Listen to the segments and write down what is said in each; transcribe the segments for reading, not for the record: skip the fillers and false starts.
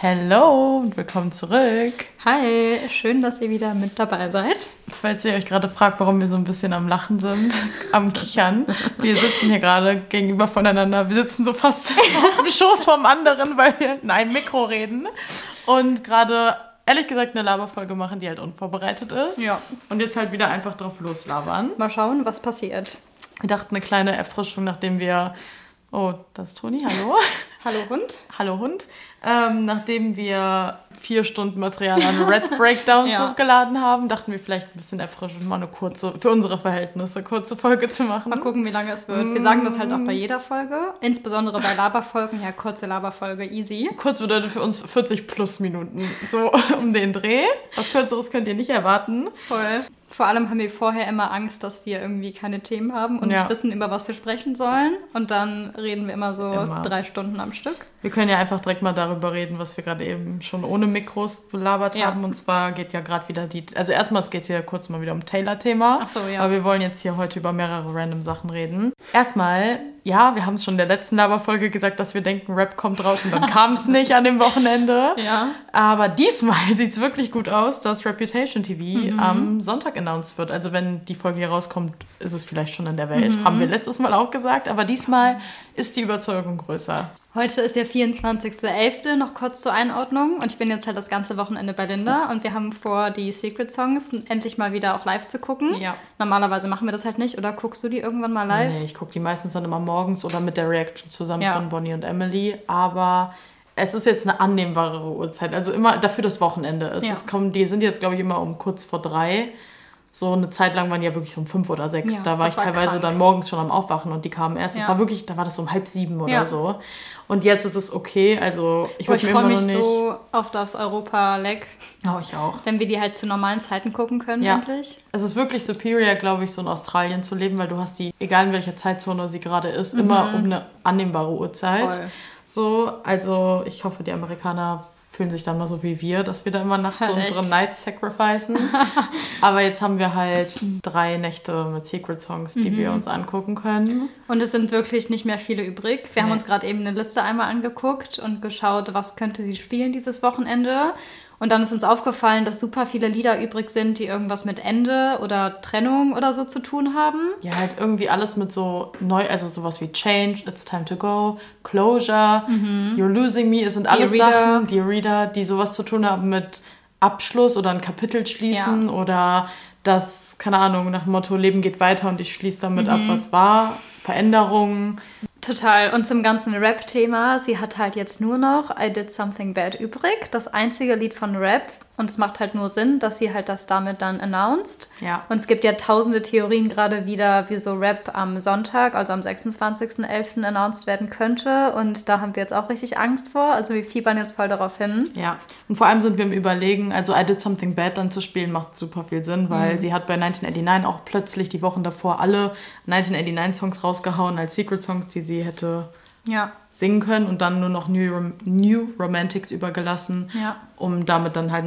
Hello und willkommen zurück. Hi, schön, dass ihr wieder mit dabei seid. Falls ihr euch gerade fragt, warum wir so ein bisschen am Lachen sind, am Kichern. Wir sitzen hier gerade gegenüber voneinander. Wir sitzen so fast auf dem Schoß vom anderen, weil wir in einem Mikro reden. Und gerade, ehrlich gesagt, eine Laberfolge machen, die halt unvorbereitet ist. Ja. Und jetzt halt wieder einfach drauf loslabern. Mal schauen, was passiert. Wir dachten, eine kleine Erfrischung, nachdem wir... Oh, das ist Toni, hallo. Hallo Hund. Hallo Hund. Nachdem wir 4 Stunden Material an Red Breakdowns hochgeladen haben, dachten wir vielleicht ein bisschen erfrischend, mal eine kurze, für unsere Verhältnisse, kurze Folge zu machen. Mal gucken, wie lange es wird. Wir sagen das halt auch bei jeder Folge. Insbesondere bei Laberfolgen. Ja, kurze Laberfolge, easy. Kurz bedeutet für uns 40 plus Minuten, so um den Dreh. Was Kürzeres könnt ihr nicht erwarten. Voll. Vor allem haben wir vorher immer Angst, dass wir irgendwie keine Themen haben und nicht wissen, über was wir sprechen sollen. Und dann reden wir immer so 3 Stunden am Stück. Wir können ja einfach direkt mal darüber reden, was wir gerade eben schon ohne Mikros belabert haben. Und zwar geht ja gerade wieder also erstmal, es geht hier kurz mal wieder um Taylor-Thema. Ach so, ja. Aber wir wollen jetzt hier heute über mehrere random Sachen reden. Erstmal, ja, wir haben es schon in der letzten Laberfolge gesagt, dass wir denken, Rap kommt raus und dann kam es nicht an dem Wochenende. Ja. Aber diesmal sieht es wirklich gut aus, dass Reputation TV am Sonntag announced wird. Also wenn die Folge hier rauskommt, ist es vielleicht schon in der Welt. Haben wir letztes Mal auch gesagt. Aber diesmal ist die Überzeugung größer. Heute ist der 24.11., noch kurz zur Einordnung. Und ich bin jetzt halt das ganze Wochenende bei Linda. Und wir haben vor, die Secret Songs endlich mal wieder auch live zu gucken. Ja. Normalerweise machen wir das halt nicht. Oder guckst du die irgendwann mal live? Nee, ich gucke die meistens dann immer morgens oder mit der Reaction zusammen von Bonnie und Emily. Aber es ist jetzt eine annehmbare Uhrzeit. Also immer dafür das Wochenende. Die sind jetzt, glaube ich, immer um kurz vor 3. So eine Zeit lang waren die ja wirklich so um 5 oder 6. Ja, da war ich teilweise dann morgens schon am Aufwachen und die kamen erst. Das war wirklich, da war das so um 6:30 oder so. Und jetzt ist es okay. Also ich freue mich so auf das Europa-Leg. Oh, ich auch. Wenn wir die halt zu normalen Zeiten gucken können, endlich. Es ist wirklich superior, glaube ich, so in Australien zu leben, weil du hast die, egal in welcher Zeitzone sie gerade ist, immer um eine annehmbare Uhrzeit. Voll. So, also ich hoffe, die Amerikaner fühlen sich dann mal so wie wir, dass wir da immer nachts halt unsere Nights sacrificen. Aber jetzt haben wir halt 3 Nächte mit Secret Songs, die wir uns angucken können. Und es sind wirklich nicht mehr viele übrig. Wir haben uns gerade eben eine Liste einmal angeguckt und geschaut, was könnte sie spielen dieses Wochenende. Und dann ist uns aufgefallen, dass super viele Lieder übrig sind, die irgendwas mit Ende oder Trennung oder so zu tun haben. Ja, halt irgendwie alles mit so also sowas wie Change, It's Time to Go, Closure, You're Losing Me, es sind alles Sachen, die Reader, die sowas zu tun haben mit Abschluss oder ein Kapitel schließen oder das, keine Ahnung, nach dem Motto Leben geht weiter und ich schließe damit ab, was war, Veränderungen. Total. Und zum ganzen Rap-Thema, sie hat halt jetzt nur noch I Did Something Bad übrig. Das einzige Lied von Rap. Und es macht halt nur Sinn, dass sie halt das damit dann announced. Ja. Und es gibt ja tausende Theorien gerade wieder, wieso Rap am Sonntag, also am 26.11. announced werden könnte. Und da haben wir jetzt auch richtig Angst vor. Also wir fiebern jetzt voll darauf hin. Ja. Und vor allem sind wir im Überlegen, also I Did Something Bad dann zu spielen, macht super viel Sinn, weil sie hat bei 1989 auch plötzlich die Wochen davor alle 1989-Songs rausgehauen als Secret Songs, die sie hätte singen können und dann nur noch New Romantics übergelassen, um damit dann halt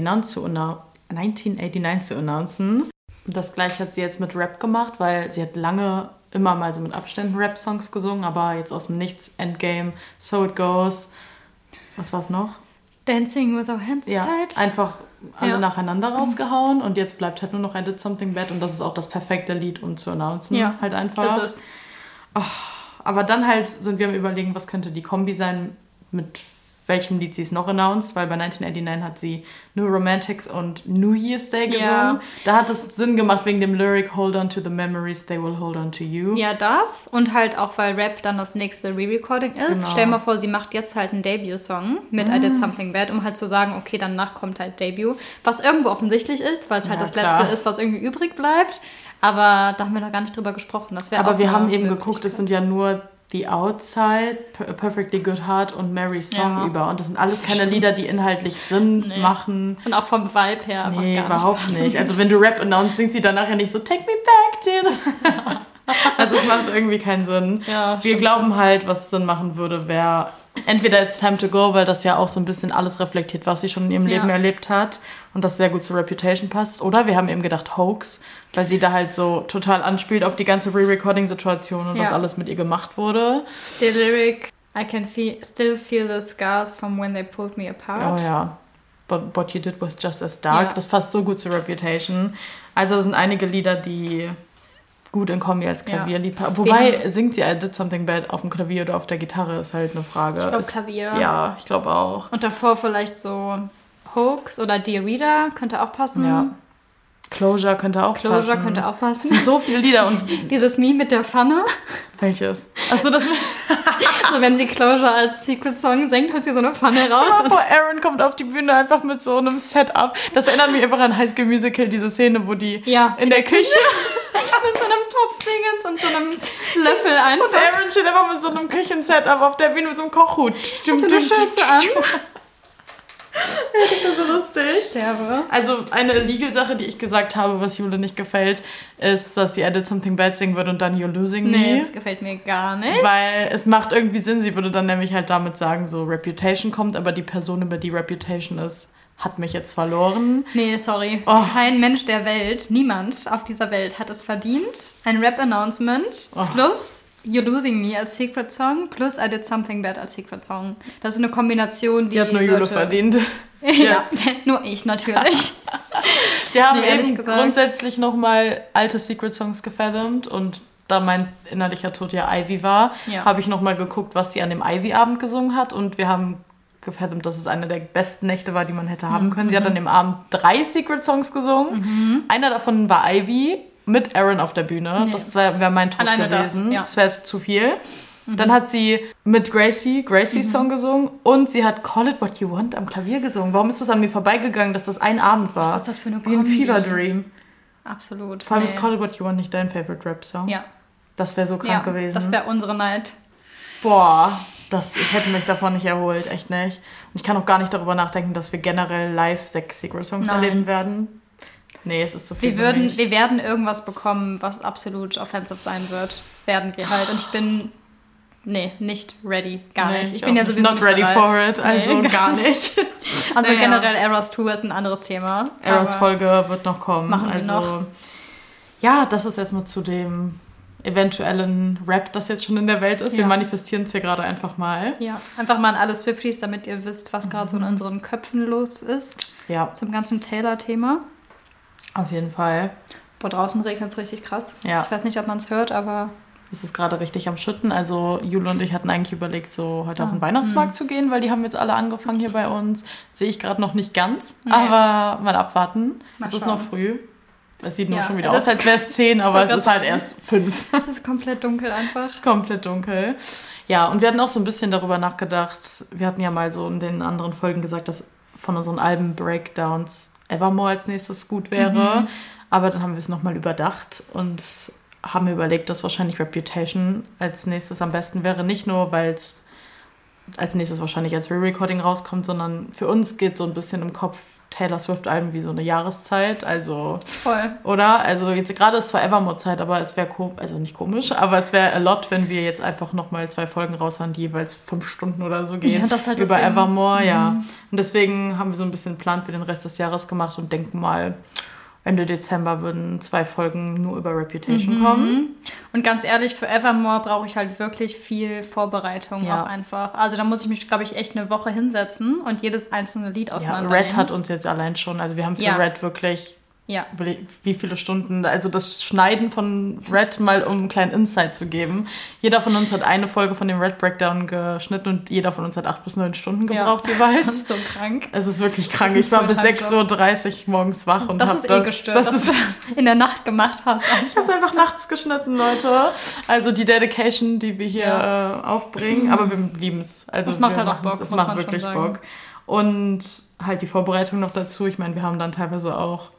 1989 zu announcen. Und das gleiche hat sie jetzt mit Rap gemacht, weil sie hat lange immer mal so mit Abständen Rap-Songs gesungen, aber jetzt aus dem Nichts, Endgame, So It Goes. Was war's noch? Dancing with Our Hands Tied. Einfach alle nacheinander rausgehauen und jetzt bleibt halt nur noch I Did Something Bad und das ist auch das perfekte Lied, um zu announcen. Halt einfach. Das ist aber dann halt sind wir am Überlegen, was könnte die Kombi sein, mit welchem Lied sie es noch announced, weil bei 1989 hat sie New Romantics und New Year's Day gesungen. Da hat es Sinn gemacht wegen dem Lyric Hold on to the memories, they will hold on to you. Ja, das und halt auch, weil Rap dann das nächste Re-Recording ist. Genau. Stell dir mal vor, sie macht jetzt halt einen Debut-Song mit I Did Something Bad, um halt zu sagen, okay, danach kommt halt Debut. Was irgendwo offensichtlich ist, weil es halt das Letzte ist, was irgendwie übrig bleibt. Aber da haben wir noch gar nicht drüber gesprochen. Aber wir haben eben geguckt, es sind ja nur The Outside, Perfectly Good Heart und Mary's Song über. Und das sind alles keine Lieder, die inhaltlich Sinn machen. Und auch vom Vibe her. Nee, überhaupt nicht. Also wenn du Rap announced, singt sie danach ja nicht so Take me back to the... Also es macht irgendwie keinen Sinn. Ja, wir glauben halt, was Sinn machen würde, wäre entweder It's Time to Go, weil das ja auch so ein bisschen alles reflektiert, was sie schon in ihrem Leben erlebt hat und das sehr gut zur Reputation passt. Oder wir haben eben gedacht Hoax, weil sie da halt so total anspielt auf die ganze Re-Recording-Situation und was alles mit ihr gemacht wurde. Der Lyric I can still feel the scars from when they pulled me apart. Oh ja. But what you did was just as dark. Ja. Das passt so gut zu Reputation. Also es sind einige Lieder, die gut in Kombi als Klavierlied. Ja. Wobei, singt sie I Did Something Bad auf dem Klavier oder auf der Gitarre, ist halt eine Frage. Ich glaube Klavier. Ja, ich glaube auch. Und davor vielleicht so Hoax oder Dear Reader könnte auch passen. Ja. Closure könnte auch passen. Es sind so viele Lieder. Und dieses Meme mit der Pfanne. Welches? Achso, das mit... So, wenn sie Closure als Secret-Song singt, holt sie so eine Pfanne raus. Schau mal vor, Aaron kommt auf die Bühne einfach mit so einem Setup. Das erinnert mich einfach an High School Musical, diese Szene, wo die in der Küche... mit so einem Topfdingens und so einem Löffel einfach. Und Aaron steht einfach mit so einem Küchensetup auf der Bühne mit so einem Kochhut. Und so eine Schürze an. Das ist so lustig. Ich sterbe. Also eine Legal-Sache, die ich gesagt habe, was Jule nicht gefällt, ist, dass sie I Did Something Bad singen würde und dann You're Losing Me. Nee, das gefällt mir gar nicht. Weil es macht irgendwie Sinn, sie würde dann nämlich halt damit sagen, so Reputation kommt, aber die Person, über die Reputation ist, hat mich jetzt verloren. Nee, sorry. Oh. Kein Mensch der Welt, niemand auf dieser Welt hat es verdient. Ein Rap-Announcement plus You're Losing Me als Secret-Song plus I Did Something Bad als Secret-Song. Das ist eine Kombination, die hat nur Jule verdient. Ja, nur ich natürlich. Wir haben eben grundsätzlich nochmal alte Secret-Songs gefathomt und da mein innerlicher Tod ja Ivy war, habe ich nochmal geguckt, was sie an dem Ivy-Abend gesungen hat und wir haben gefathomt, dass es eine der besten Nächte war, die man hätte haben können. Sie hat an dem Abend 3 Secret-Songs gesungen. Einer davon war Ivy mit Aaron auf der Bühne. Nee. Das wäre mein Tod alleine gewesen. Das wäre zu viel. Dann hat sie mit Gracie's Song gesungen und sie hat Call It What You Want am Klavier gesungen. Warum ist das an mir vorbeigegangen, dass das ein Abend war? Was ist das für eine Kombi? Wie ein Fever Dream. Absolut. Vor allem ist Call It What You Want nicht dein Favorite Rap-Song. Ja. Das wäre so krank gewesen. Das wäre unsere Night. Boah, ich hätte mich davon nicht erholt, echt nicht. Und ich kann auch gar nicht darüber nachdenken, dass wir generell live 6 Secret-Songs erleben werden. Nee, es ist zu viel. Wir werden irgendwas bekommen, was absolut offensive sein wird. Werden wir halt. Und ich bin nicht ready. Gar nicht. Ich bin ja sowieso not ready for it. Also gar nicht. Also generell Eras Tour ist ein anderes Thema. Eras Folge wird noch kommen. Machen wir noch. Ja, das ist erstmal zu dem eventuellen Rap, das jetzt schon in der Welt ist. Wir manifestieren es hier gerade einfach mal. Ja, einfach mal an alle Swifties, damit ihr wisst, was gerade so in unseren Köpfen los ist. Ja. Zum ganzen Taylor-Thema. Auf jeden Fall. Boah, draußen regnet es richtig krass. Ja. Ich weiß nicht, ob man es hört, aber... Es ist gerade richtig am Schütten. Also Jule und ich hatten eigentlich überlegt, so heute auf den Weihnachtsmarkt zu gehen, weil die haben jetzt alle angefangen hier bei uns. Sehe ich gerade noch nicht ganz, aber mal abwarten. Es ist noch früh. Es sieht nur schon wieder aus, als wäre es 10, aber es ist halt erst 5. Es ist komplett dunkel einfach. Es ist komplett dunkel. Ja, und wir hatten auch so ein bisschen darüber nachgedacht. Wir hatten ja mal so in den anderen Folgen gesagt, dass von unseren Alben-Breakdowns Evermore als nächstes gut wäre. Aber dann haben wir es nochmal überdacht und haben mir überlegt, dass wahrscheinlich Reputation als nächstes am besten wäre. Nicht nur, weil es als nächstes wahrscheinlich als Re-Recording rauskommt, sondern für uns geht so ein bisschen im Kopf Taylor Swift-Alben wie so eine Jahreszeit. Also, voll. Oder? Also jetzt gerade ist zwar Evermore-Zeit, aber es wäre also nicht komisch, aber es wäre a lot, wenn wir jetzt einfach nochmal 2 Folgen raushauen, die jeweils 5 Stunden oder so gehen. Ja, das halt über Evermore, ja. Und deswegen haben wir so ein bisschen einen Plan für den Rest des Jahres gemacht und denken mal, Ende Dezember würden 2 Folgen nur über Reputation kommen. Und ganz ehrlich, für Evermore brauche ich halt wirklich viel Vorbereitung auch einfach. Also da muss ich mich, glaube ich, echt eine Woche hinsetzen und jedes einzelne Lied auseinandernehmen. Ja, Red hat uns jetzt allein schon, also wir haben für Red wirklich... Ja. Wie viele Stunden, also das Schneiden von Red mal, um einen kleinen Insight zu geben. Jeder von uns hat eine Folge von dem Red Breakdown geschnitten und jeder von uns hat 8 bis 9 Stunden gebraucht jeweils. Das ist so krank. Es ist wirklich krank. Ich war bis 6:30 Uhr morgens wach und habe das gestört, dass du das in der Nacht gemacht hast. Ich habe es einfach nachts geschnitten, Leute. Also die Dedication, die wir hier aufbringen, aber wir lieben es. Also es macht halt auch Bock. Es macht wirklich Bock. Und halt die Vorbereitung noch dazu. Ich meine, wir haben dann teilweise auch...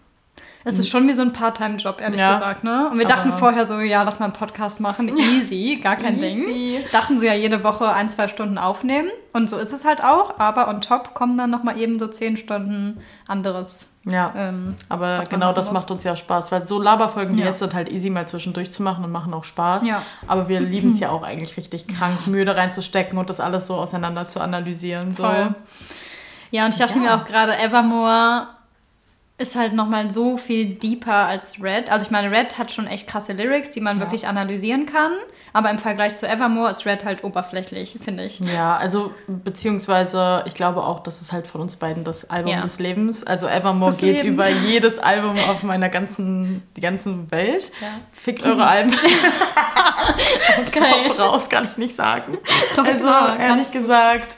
Es ist schon wie so ein Part-Time-Job, ehrlich gesagt, ne? Und wir dachten vorher so, lass mal einen Podcast machen. Easy, gar kein Ding. Dachten so, jede Woche 1-2 Stunden aufnehmen. Und so ist es halt auch. Aber on top kommen dann nochmal eben so 10 Stunden anderes. Ja, aber genau das macht uns ja Spaß. Weil so Laberfolgen wie jetzt sind halt easy mal zwischendurch zu machen und machen auch Spaß. Ja. Aber wir lieben es ja auch eigentlich richtig krank, Mühe da reinzustecken und das alles so auseinander zu analysieren. So. Voll. Ja, und ich dachte mir auch gerade, Evermore... ist halt nochmal so viel deeper als Red. Also ich meine, Red hat schon echt krasse Lyrics, die man wirklich analysieren kann. Aber im Vergleich zu Evermore ist Red halt oberflächlich, finde ich. Ja, also beziehungsweise ich glaube auch, das ist halt von uns beiden das Album des Lebens. Also Evermore das geht über jedes Album auf meiner die ganze Welt. Ja. Fickt eure Alben. Top raus, kann ich nicht sagen. Doch, also ehrlich gesagt...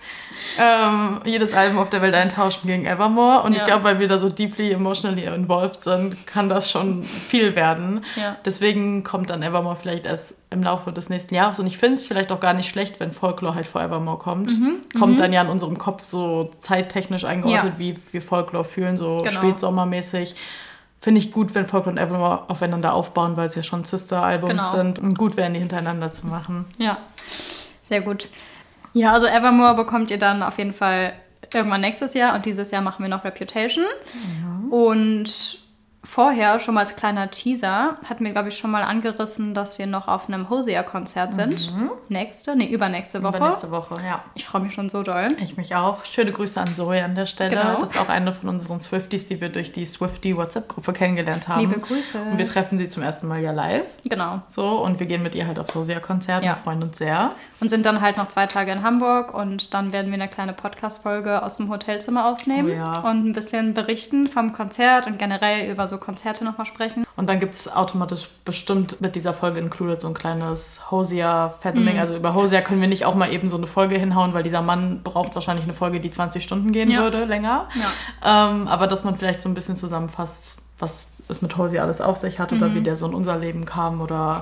jedes Album auf der Welt eintauschen gegen Evermore. Und ich glaube, weil wir da so deeply emotionally involved sind, kann das schon viel werden. Ja. Deswegen kommt dann Evermore vielleicht erst im Laufe des nächsten Jahres. Und ich finde es vielleicht auch gar nicht schlecht, wenn Folklore halt vor Evermore kommt. Kommt dann ja in unserem Kopf so zeittechnisch eingeordnet, wie wir Folklore fühlen, so spätsommermäßig. Finde ich gut, wenn Folklore und Evermore aufeinander aufbauen, weil es ja schon Sister-Albums sind. Und gut wären, die hintereinander zu machen. Ja, sehr gut. Ja, also Evermore bekommt ihr dann auf jeden Fall irgendwann nächstes Jahr und dieses Jahr machen wir noch Reputation. Ja. Und vorher, schon mal als kleiner Teaser, hatten wir, glaube ich, schon mal angerissen, dass wir noch auf einem Hosea-Konzert sind. Übernächste Woche. Übernächste Woche, ja. Ich freue mich schon so doll. Ich mich auch. Schöne Grüße an Zoe an der Stelle. Genau. Das ist auch eine von unseren Swifties, die wir durch die Swiftie-WhatsApp-Gruppe kennengelernt haben. Liebe Grüße. Und wir treffen sie zum ersten Mal ja live. Genau. So, und wir gehen mit ihr halt aufs Hosea-Konzert und freuen uns sehr. Und sind dann halt noch 2 Tage in Hamburg und dann werden wir eine kleine Podcast-Folge aus dem Hotelzimmer aufnehmen und ein bisschen berichten vom Konzert und generell über so Konzerte nochmal sprechen. Und dann gibt es automatisch bestimmt mit dieser Folge included so ein kleines Hosea-Fathoming. Also über Hosea können wir nicht auch mal eben so eine Folge hinhauen, weil dieser Mann braucht wahrscheinlich eine Folge, die 20 Stunden gehen würde, länger. Ja. Aber dass man vielleicht so ein bisschen zusammenfasst, was es mit Hosea alles auf sich hat oder wie der so in unser Leben kam oder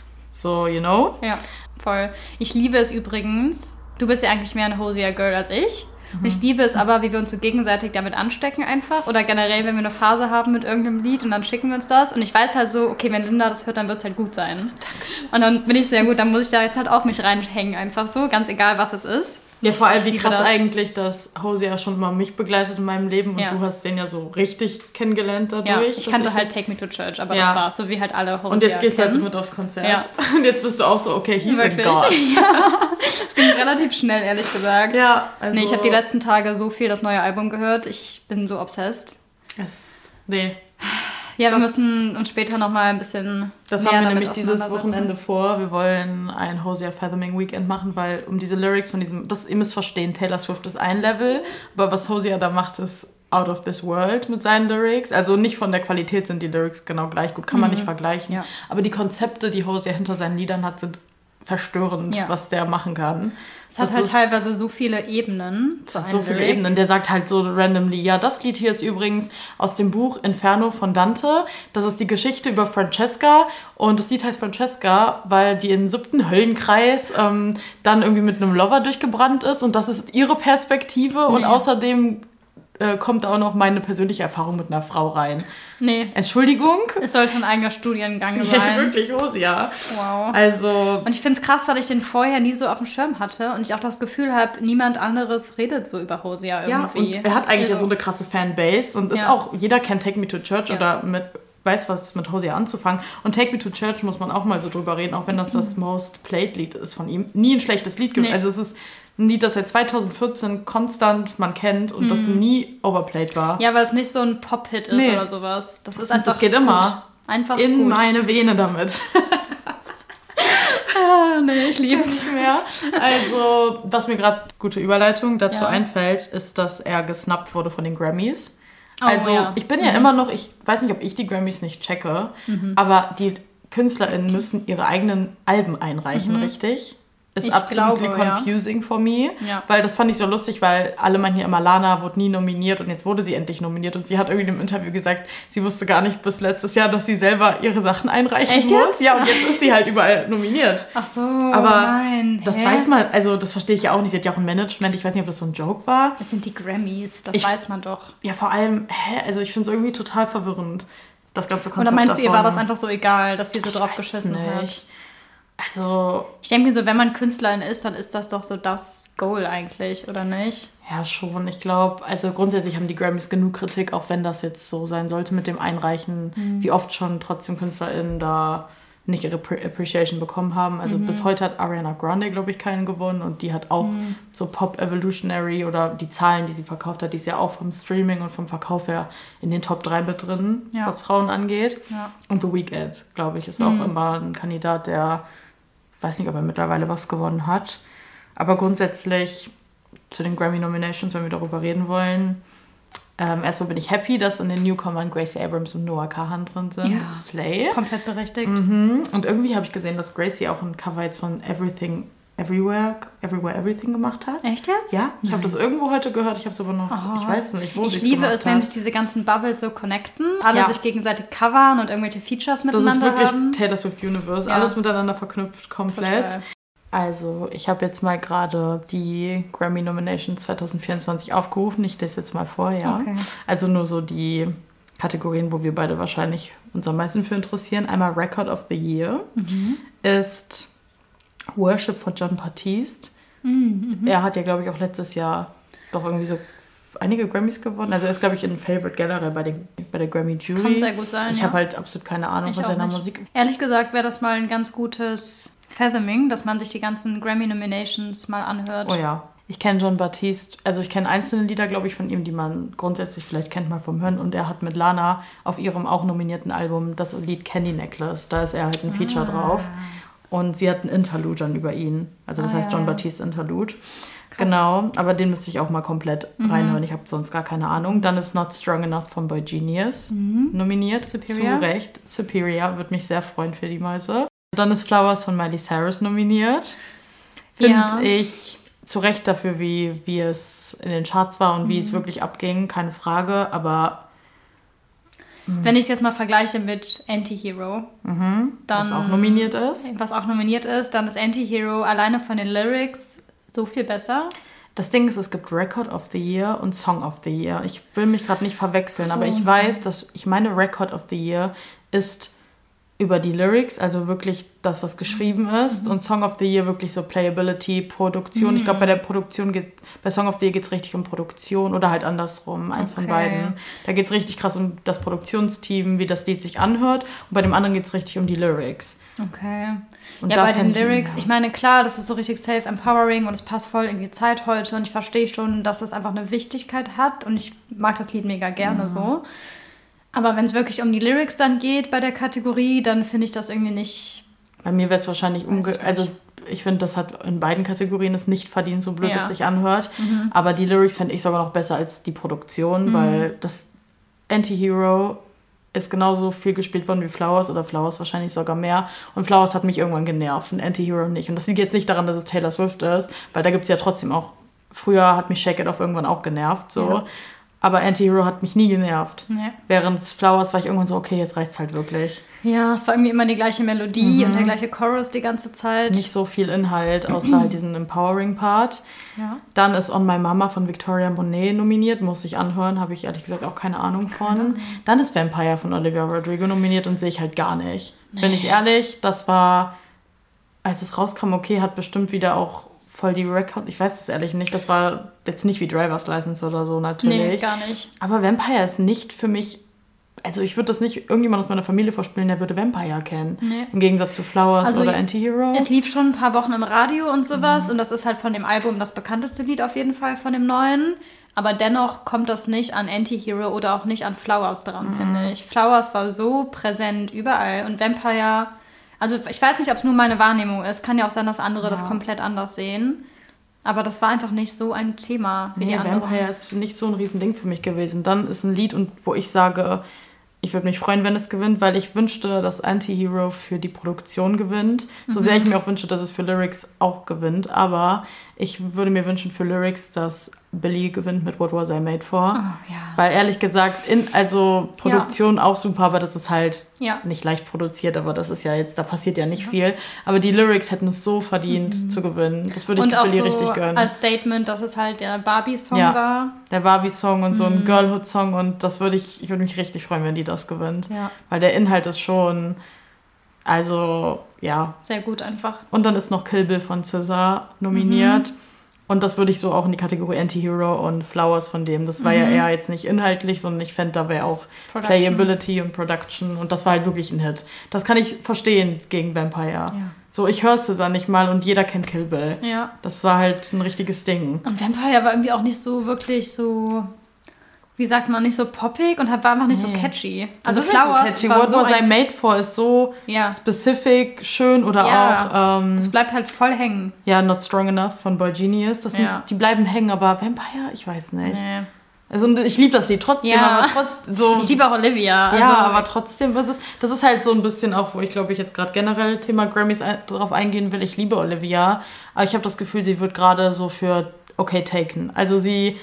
so, you know? Ja, voll. Ich liebe es übrigens. Du bist ja eigentlich mehr eine Hosea-Girl als ich. Und ich liebe es aber, wie wir uns so gegenseitig damit anstecken einfach. Oder generell, wenn wir eine Phase haben mit irgendeinem Lied und dann schicken wir uns das. Und ich weiß halt so, okay, wenn Linda das hört, dann wird es halt gut sein. Dankeschön. Und dann bin ich so, ja gut, dann muss ich da jetzt halt auch mich reinhängen einfach so. Ganz egal, was es ist. Ja, vor allem wie krass eigentlich, dass Hosea schon immer mich begleitet in meinem Leben. Und du hast den ja so richtig kennengelernt dadurch. Ja, ich kannte halt Take Me to Church, aber das war's. So wie halt alle Hosea. Und jetzt gehst du halt so mit aufs Konzert. Ja. Und jetzt bist du auch so, okay, he's a God. Ja, das ging relativ schnell, ehrlich gesagt. Ja, also... Nee, ich habe die letzten Tage so viel das neue Album gehört. Ich bin so obsessed. Ja, wir müssen uns später nochmal ein bisschen Das haben wir nämlich dieses Wochenende vor. Wir wollen ein Hosea Fathoming Weekend machen, weil um diese Lyrics von diesem... Ihr müsst verstehen, Taylor Swift ist ein Level, aber was Hosea da macht, ist out of this world mit seinen Lyrics. Also nicht von der Qualität sind die Lyrics genau gleich gut, kann man nicht vergleichen. Ja. Aber die Konzepte, die Hosea hinter seinen Liedern hat, sind verstörend, was der machen kann. Es hat halt teilweise so viele Ebenen. Es hat so viele Ebenen. Der sagt halt so randomly, ja, das Lied hier ist übrigens aus dem Buch Inferno von Dante. Das ist die Geschichte über Francesca. Und das Lied heißt Francesca, weil die im 7. Höllenkreis dann irgendwie mit einem Lover durchgebrannt ist. Und das ist ihre Perspektive. Und außerdem kommt auch noch meine persönliche Erfahrung mit einer Frau rein. Nee. Entschuldigung? Es sollte ein eigener Studiengang sein. Ja, wirklich, Hosea. Wow. Also... Und ich finde es krass, weil ich den vorher nie so auf dem Schirm hatte und ich auch das Gefühl habe, niemand anderes redet so über Hosea irgendwie. Ja, und er hat eigentlich ja so eine krasse Fanbase und ist auch, jeder kennt Take Me to Church oder weiß, was mit Hosea anzufangen. Und Take Me to Church muss man auch mal so drüber reden, auch wenn das Most Played Lied ist von ihm. Nie ein schlechtes Lied gibt. Nee. Also es ist ein Lied, das seit 2014 konstant man kennt und das nie overplayed war. Ja, weil es nicht so ein Pop-Hit ist oder sowas. Das geht immer. Einfach in gut. meine Vene damit. Nee, ich liebe es nicht mehr. Also, was mir gerade gute Überleitung dazu einfällt, ist, dass er gesnappt wurde von den Grammys. Ich bin ja immer noch, ich weiß nicht, ob ich die Grammys nicht checke, aber die KünstlerInnen müssen ihre eigenen Alben einreichen, richtig? Ist absolutely confusing for me. Ja. Weil das fand ich so lustig, weil alle meinten ja immer, Lana wurde nie nominiert und jetzt wurde sie endlich nominiert. Und sie hat irgendwie im Interview gesagt, sie wusste gar nicht bis letztes Jahr, dass sie selber ihre Sachen einreichen muss. Ja, und jetzt ist sie halt überall nominiert. Ach so, aber das weiß man, also das verstehe ich ja auch nicht. Sie hat ja auch ein Management, ich weiß nicht, ob das so ein Joke war. Das sind die Grammys, das weiß man doch. Ja, vor allem, also ich finde es irgendwie total verwirrend, das ganze Konzept. Oder meinst du, ihr war das einfach so egal, dass sie so drauf geschissen hat? Also... Ich denke mir so, wenn man Künstlerin ist, dann ist das doch so das Goal eigentlich, oder nicht? Ja, schon. Ich glaube, also grundsätzlich haben die Grammys genug Kritik, auch wenn das jetzt so sein sollte mit dem Einreichen, wie oft schon trotzdem KünstlerInnen da nicht ihre Appreciation bekommen haben. Also bis heute hat Ariana Grande, glaube ich, keinen gewonnen und die hat auch so Pop Evolutionary oder die Zahlen, die sie verkauft hat, die ist ja auch vom Streaming und vom Verkauf her in den Top 3 mit drin, was Frauen angeht. Ja. Und The Weeknd, glaube ich, ist auch immer ein Kandidat, der, weiß nicht, ob er mittlerweile was gewonnen hat, aber grundsätzlich zu den Grammy-Nominations, wenn wir darüber reden wollen, erstmal bin ich happy, dass in den Newcomern Gracie Abrams und Noah Kahan drin sind. Ja, Slay. Komplett berechtigt. Und irgendwie habe ich gesehen, dass Gracie auch ein Cover jetzt von Everything, Everywhere, Everything gemacht hat. Echt jetzt? Ja, ich habe das irgendwo heute gehört, ich habe es aber noch, ich weiß nicht, wo sie es gemacht hat. Ich liebe es, wenn sich diese ganzen Bubbles so connecten, alle sich gegenseitig covern und irgendwelche Features miteinander haben. Das ist wirklich Taylor Swift Universe, alles miteinander verknüpft, komplett. Total. Also, ich habe jetzt mal gerade die Grammy-Nominations 2024 aufgerufen. Ich lese jetzt mal vor, ja. Okay. Also nur so die Kategorien, wo wir beide wahrscheinlich uns am meisten für interessieren. Einmal Record of the Year ist Worship von Jon Batiste. Er hat ja, glaube ich, auch letztes Jahr doch irgendwie so einige Grammys gewonnen. Also er ist, glaube ich, in Favorite generell bei der Grammy Jury. Kann sehr gut sein, Ich habe halt absolut keine Ahnung von seiner Musik. Ehrlich gesagt wäre das mal ein ganz gutes Fathoming, dass man sich die ganzen Grammy-Nominations mal anhört. Oh ja. Ich kenne Jon Batiste, also ich kenne einzelne Lieder, glaube ich, von ihm, die man grundsätzlich vielleicht kennt, mal vom Hören. Und er hat mit Lana auf ihrem auch nominierten Album das Lied Candy Necklace. Da ist er halt ein Feature drauf. Und sie hat ein Interlude dann über ihn. Also das heißt Jon Batiste Interlude. Krass. Genau, aber den müsste ich auch mal komplett reinhören. Ich habe sonst gar keine Ahnung. Dann ist Not Strong Enough von Boy Genius nominiert. Superior. Zu Recht. Superior, würde mich sehr freuen für die Mäuse. Dann ist Flowers von Miley Cyrus nominiert. Finde ich zu Recht dafür, wie es in den Charts war und wie es wirklich abging, keine Frage, aber... Wenn ich es jetzt mal vergleiche mit Anti-Hero, dann... Was auch nominiert ist. Dann ist Anti-Hero alleine von den Lyrics so viel besser. Das Ding ist, es gibt Record of the Year und Song of the Year. Ich will mich gerade nicht verwechseln, aber ich weiß, dass ich meine Record of the Year ist über die Lyrics, also wirklich das, was geschrieben ist, und Song of the Year wirklich so Playability, Produktion. Ich glaube, bei Song of the Year geht es richtig um Produktion oder halt andersrum, eins von beiden. Da geht es richtig krass um das Produktionsteam, wie das Lied sich anhört, und bei dem anderen geht es richtig um die Lyrics. Okay. Und bei den Lyrics, ich meine, klar, das ist so richtig self-empowering und es passt voll in die Zeit heute und ich verstehe schon, dass es einfach eine Wichtigkeit hat und ich mag das Lied mega gerne so. Aber wenn es wirklich um die Lyrics dann geht bei der Kategorie, dann finde ich das irgendwie nicht... Bei mir wäre es wahrscheinlich also ich finde, das hat in beiden Kategorien es nicht verdient, so blöd es sich anhört. Aber die Lyrics fände ich sogar noch besser als die Produktion, weil das Anti-Hero ist genauso viel gespielt worden wie Flowers oder Flowers wahrscheinlich sogar mehr. Und Flowers hat mich irgendwann genervt und Anti-Hero nicht. Und das liegt jetzt nicht daran, dass es Taylor Swift ist, weil da gibt es ja trotzdem auch... Früher hat mich Shake It Off irgendwann auch genervt, so... Ja. Aber Anti-Hero hat mich nie genervt. Nee. Während Flowers war ich irgendwann so, okay, jetzt reicht's halt wirklich. Ja, es war irgendwie immer die gleiche Melodie und der gleiche Chorus die ganze Zeit. Nicht so viel Inhalt, außer halt diesen Empowering-Part. Ja. Dann ist On My Mama von Victoria Monet nominiert, muss ich anhören, habe ich ehrlich gesagt auch keine Ahnung von. Dann ist Vampire von Olivia Rodrigo nominiert und sehe ich halt gar nicht. Nee. Bin ich ehrlich, das war, als es rauskam, okay, hat bestimmt wieder auch voll die Record. Ich weiß das ehrlich nicht. Das war jetzt nicht wie Driver's License oder so natürlich. Nee, gar nicht. Aber Vampire ist nicht für mich... Also ich würde das nicht irgendjemand aus meiner Familie vorspielen, der würde Vampire kennen. Nee. Im Gegensatz zu Flowers oder Anti-Hero. Es lief schon ein paar Wochen im Radio und sowas. Und das ist halt von dem Album das bekannteste Lied auf jeden Fall, von dem neuen. Aber dennoch kommt das nicht an Anti-Hero oder auch nicht an Flowers dran, finde ich. Flowers war so präsent überall. Und Vampire... Also ich weiß nicht, ob es nur meine Wahrnehmung ist. Kann ja auch sein, dass andere das komplett anders sehen. Aber das war einfach nicht so ein Thema wie die anderen. Vampire ist nicht so ein Riesending für mich gewesen. Dann ist ein Lied, wo ich sage, ich würde mich freuen, wenn es gewinnt, weil ich wünschte, dass Anti-Hero für die Produktion gewinnt. So sehr ich mir auch wünsche, dass es für Lyrics auch gewinnt. Aber ich würde mir wünschen für Lyrics, dass Billie gewinnt mit What Was I Made For. Oh, ja. Weil ehrlich gesagt, Produktion auch super, aber das ist halt nicht leicht produziert, aber das ist ja jetzt, da passiert ja nicht viel. Aber die Lyrics hätten es so verdient zu gewinnen. Das würde ich Billie so richtig gönnen. Als Statement, dass es halt der Barbie-Song war. Der Barbie-Song und so ein Girlhood-Song und das ich würde mich richtig freuen, wenn die das gewinnt. Ja. Weil der Inhalt ist schon, also, ja. Sehr gut einfach. Und dann ist noch Kill Bill von SZA nominiert. Und das würde ich so auch in die Kategorie Anti-Hero und Flowers von dem. Das war ja eher jetzt nicht inhaltlich, sondern ich fände, da wäre auch Playability und Production. Und das war halt wirklich ein Hit. Das kann ich verstehen gegen Vampire. Ja. So, ich höre SZA nicht mal und jeder kennt Kill Bill. Ja. Das war halt ein richtiges Ding. Und Vampire war irgendwie auch nicht so wirklich so... Wie sagt man, nicht so poppig und war einfach nicht so catchy. Also Flowers so catchy. What Was I Made For ist so specific, schön oder auch... das bleibt halt voll hängen. Ja, Not Strong Enough von Boy Genius. Die bleiben hängen, aber Vampire, ich weiß nicht. Nee. Also ich liebe das Lied trotzdem, aber trotzdem so... Ich liebe auch Olivia. Also, ja, aber trotzdem ist es... Das ist halt so ein bisschen auch, wo ich glaube, ich jetzt gerade generell Thema Grammys drauf eingehen will. Ich liebe Olivia, aber ich habe das Gefühl, sie wird gerade so für... Okay, taken. Also sie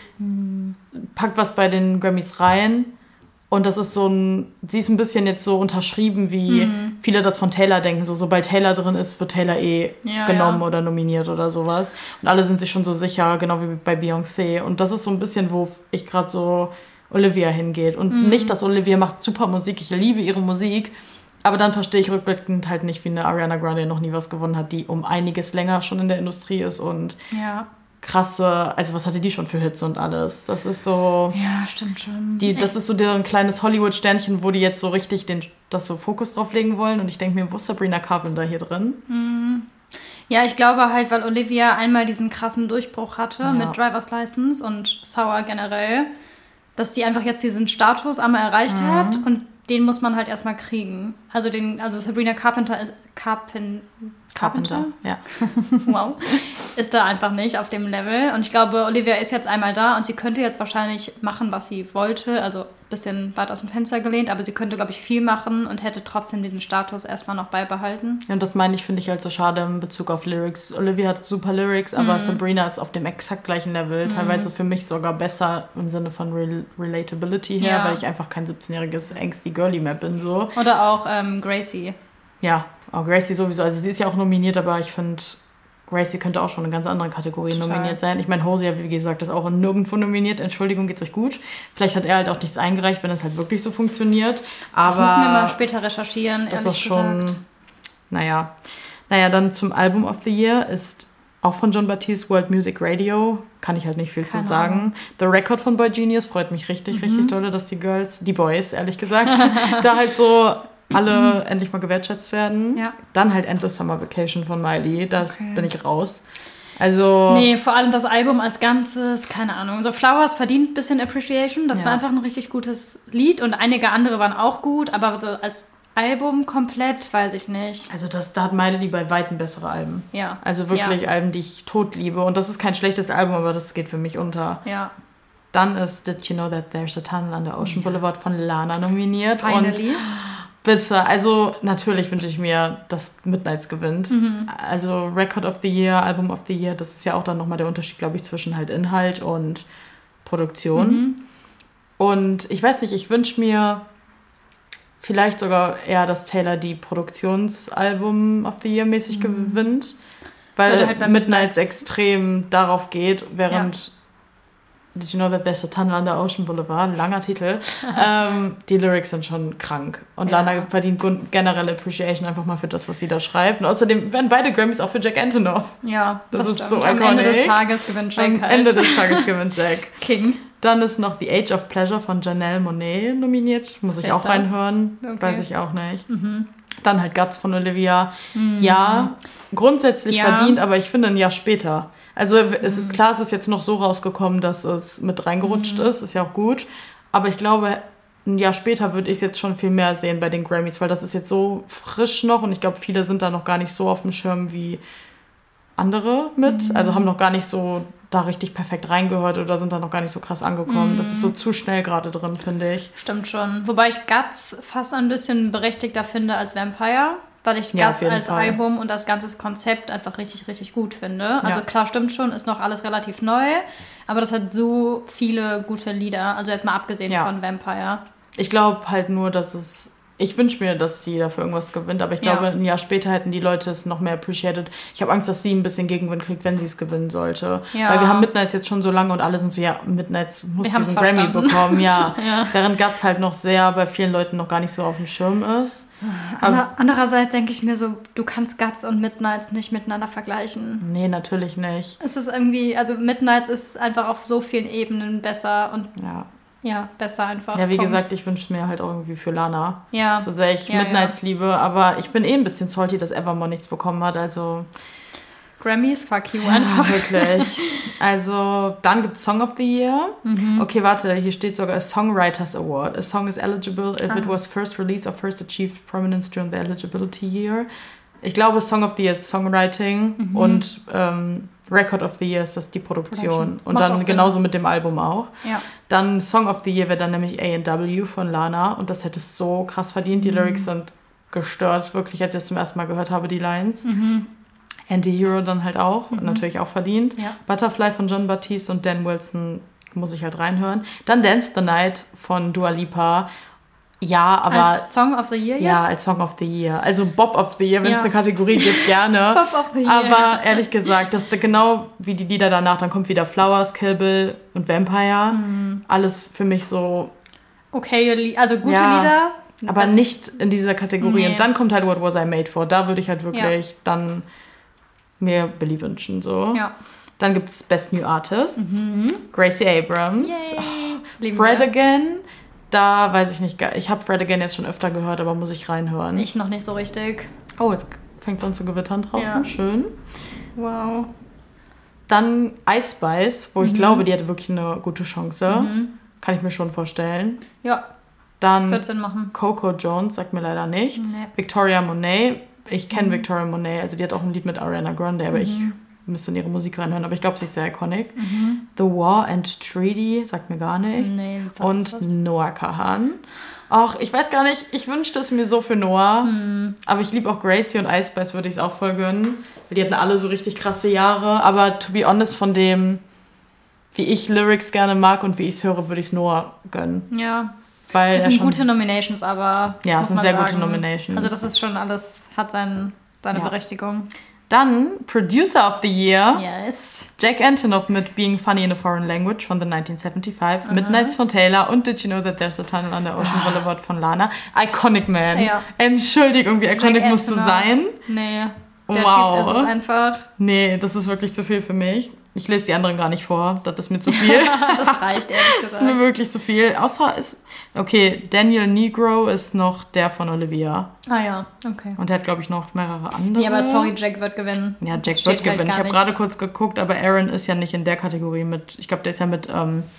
packt was bei den Grammys rein und das ist sie ist ein bisschen jetzt so unterschrieben, wie viele das von Taylor denken. So, sobald Taylor drin ist, wird Taylor genommen oder nominiert oder sowas. Und alle sind sich schon so sicher, genau wie bei Beyoncé. Und das ist so ein bisschen, wo ich gerade so Olivia hingeht. Und nicht, dass Olivia macht super Musik, ich liebe ihre Musik, aber dann verstehe ich rückblickend halt nicht, wie eine Ariana Grande noch nie was gewonnen hat, die um einiges länger schon in der Industrie ist und krasse, also was hatte die schon für Hits und alles? Das ist so... Ja, stimmt schon. Das ist so deren kleines Hollywood-Sternchen, wo die jetzt so richtig das so Fokus drauf legen wollen. Und ich denke mir, wo ist Sabrina Carpenter hier drin? Ja, ich glaube halt, weil Olivia einmal diesen krassen Durchbruch hatte mit Driver's License und Sour generell, dass die einfach jetzt diesen Status einmal erreicht hat und den muss man halt erstmal kriegen. Also Sabrina Carpenter ist... Carpenter? Ja. Wow. Ist da einfach nicht auf dem Level. Und ich glaube, Olivia ist jetzt einmal da und sie könnte jetzt wahrscheinlich machen, was sie wollte. Also ein bisschen weit aus dem Fenster gelehnt, aber sie könnte, glaube ich, viel machen und hätte trotzdem diesen Status erstmal noch beibehalten. Ja, und das finde ich halt so schade in Bezug auf Lyrics. Olivia hat super Lyrics, aber Sabrina ist auf dem exakt gleichen Level. Teilweise für mich sogar besser im Sinne von Relatability her, weil ich einfach kein 17-jähriges angsty Girlie mehr bin. So. Oder auch Gracie. Ja, Gracie sowieso. Also sie ist ja auch nominiert, aber ich finde, Gracie könnte auch schon in ganz anderen Kategorien nominiert sein. Ich meine, Hosea, wie gesagt, ist auch nirgendwo nominiert. Entschuldigung, geht's euch gut. Vielleicht hat er halt auch nichts eingereicht, wenn es halt wirklich so funktioniert. Aber das müssen wir mal später recherchieren, das ist schon, Naja, dann zum Album of the Year ist auch von Jon Batiste World Music Radio. Kann ich halt nicht viel zu sagen. The Record von Boy Genius freut mich richtig, richtig dolle, dass die Boys, ehrlich gesagt, da halt so... alle endlich mal gewertschätzt werden. Ja. Dann halt Endless Summer Vacation von Miley. Bin ich raus. Also... Nee, vor allem das Album als Ganzes, keine Ahnung. So Flowers verdient ein bisschen Appreciation. Das war einfach ein richtig gutes Lied. Und einige andere waren auch gut. Aber so als Album komplett, weiß ich nicht. Also da hat Miley bei weitem bessere Alben. Ja. Also wirklich Alben, die ich tot liebe. Und das ist kein schlechtes Album, aber das geht für mich unter. Ja. Dann ist Did You Know That There's a Tunnel Under Ocean Boulevard von Lana nominiert. Finally. Und bitte, also natürlich wünsche ich mir, dass Midnights gewinnt. Also Record of the Year, Album of the Year, das ist ja auch dann nochmal der Unterschied, glaube ich, zwischen halt Inhalt und Produktion. Und ich weiß nicht, ich wünsche mir vielleicht sogar eher, dass Taylor die Produktionsalbum of the Year mäßig gewinnt, weil halt Midnights extrem darauf geht, während... Did you know that there's a tunnel under Ocean Boulevard? Langer Titel. Die Lyrics sind schon krank. Und Lana verdient generelle Appreciation einfach mal für das, was sie da schreibt. Und außerdem werden beide Grammys auch für Jack Antonoff. Ja, das ist stimmt. so iconic. Am Ende des Tages gewinnt Jack Am Ende des Tages gewinnt Jack. King. Dann ist noch The Age of Pleasure von Janelle Monáe nominiert. Muss ich auch reinhören. Okay. Weiß ich auch nicht. Dann halt Guts von Olivia. Ja, grundsätzlich verdient, aber ich finde ein Jahr später. Also klar, es ist jetzt noch so rausgekommen, dass es mit reingerutscht ist ja auch gut. Aber ich glaube, ein Jahr später würde ich es jetzt schon viel mehr sehen bei den Grammys, weil das ist jetzt so frisch noch und ich glaube, viele sind da noch gar nicht so auf dem Schirm wie andere mit. Also haben noch gar nicht so da richtig perfekt reingehört oder sind da noch gar nicht so krass angekommen. Das ist so zu schnell gerade drin, finde ich. Stimmt schon. Wobei ich Guts fast ein bisschen berechtigter finde als Vampire. Weil ich Guts als Album und das ganze Konzept einfach richtig, richtig gut finde. Also klar, stimmt schon, ist noch alles relativ neu, aber das hat so viele gute Lieder, also jetzt mal abgesehen von Vampire. Ich glaube halt nur, dass es Ich wünsche mir, dass sie dafür irgendwas gewinnt, aber ich glaube, ein Jahr später hätten die Leute es noch mehr appreciated. Ich habe Angst, dass sie ein bisschen Gegenwind kriegt, wenn sie es gewinnen sollte. Ja. Weil wir haben Midnights jetzt schon so lange und alle sind so, ja, Midnights muss diesen Grammy bekommen. Ja. Während Guts halt noch sehr bei vielen Leuten noch gar nicht so auf dem Schirm ist. Andererseits denke ich mir so, du kannst Guts und Midnights nicht miteinander vergleichen. Nee, natürlich nicht. Es ist irgendwie, also Midnights ist einfach auf so vielen Ebenen besser und besser einfach. Ja, wie gesagt, ich wünsche mir halt auch irgendwie für Lana. Ja. So sehr ich Midnights liebe, aber ich bin ein bisschen salty, dass Evermore nichts bekommen hat, also... Grammys, fuck you einfach. Wirklich. Also, dann gibt es Song of the Year. Okay, warte, hier steht sogar a Songwriters Award. A song is eligible if it was first released or first achieved prominence during the eligibility year. Ich glaube, Song of the Year ist Songwriting und Record of the Year ist das die Produktion. Und dann genauso mit dem Album auch. Ja. Dann Song of the Year wäre dann nämlich A&W von Lana und das hätte es so krass verdient. Die Lyrics sind gestört, wirklich, als ich das zum ersten Mal gehört habe, die Lines. Anti-Hero dann halt auch, natürlich auch verdient. Ja. Butterfly von Jon Batiste und Dan Wilson muss ich halt reinhören. Dann Dance the Night von Dua Lipa. Ja, aber... Als Song of the Year jetzt? Ja, als Song of the Year. Also Bob of the Year, wenn es eine Kategorie gibt, gerne. Bob of the Year. Aber ehrlich gesagt, das ist genau wie die Lieder danach. Dann kommt wieder Flowers, Kill Bill und Vampire. Alles für mich so... Okay, also gute Lieder. Aber nicht in dieser Kategorie. Nee. Und dann kommt halt What Was I Made For. Da würde ich halt wirklich dann mir Billie wünschen. So. Ja. Dann gibt es Best New Artists. Gracie Abrams. Fred Again. Da weiß ich nicht, ich habe Fred Again jetzt schon öfter gehört, aber muss ich reinhören. Ich noch nicht so richtig. Oh, jetzt fängt es an zu gewittern draußen. Ja. Schön. Wow. Dann Ice Spice, wo ich glaube, die hätte wirklich eine gute Chance. Kann ich mir schon vorstellen. Ja. Dann wird Sinn machen. Coco Jones, sagt mir leider nichts. Nee. Victoria Monet. Ich kenne Victoria Monet, also die hat auch ein Lied mit Ariana Grande, aber ich müsste in ihre Musik reinhören, aber ich glaube, sie ist sehr iconic. The War and Treaty, sagt mir gar nichts. Nee, und Noah Kahan. Ach, ich weiß gar nicht, ich wünschte es mir so für Noah, aber ich liebe auch Gracie und Ice Spice würde ich es auch voll gönnen, weil die hatten alle so richtig krasse Jahre, aber to be honest, von dem, wie ich Lyrics gerne mag und wie ich es höre, würde ich es Noah gönnen. Ja. Weil das sind gute Nominations, aber ja, es sind sehr gute Nominations. Also das ist schon alles, hat seine Berechtigung. Dann Producer of the Year. Yes. Jack Antonoff mit Being Funny in a Foreign Language von The 1975. Midnights von Taylor und Did You Know That There's a Tunnel on the Ocean Boulevard von Lana. Iconic Man. Ja. Entschuldigung, wie iconic musst du sein? Nee, der Typ ist es einfach. Nee, das ist wirklich zu viel für mich. Ich lese die anderen gar nicht vor. Das ist mir zu viel. Das reicht, ehrlich gesagt. Das ist mir wirklich zu viel. Außer okay, Daniel Negro ist noch der von Olivia. Ah ja, okay. Und der hat, glaube ich, noch mehrere andere. Ja, aber sorry, Jack wird gewinnen. Ja, Jack wird gewinnen. Ich habe gerade kurz geguckt, aber Aaron ist ja nicht in der Kategorie mit, ich glaube, der ist ja mit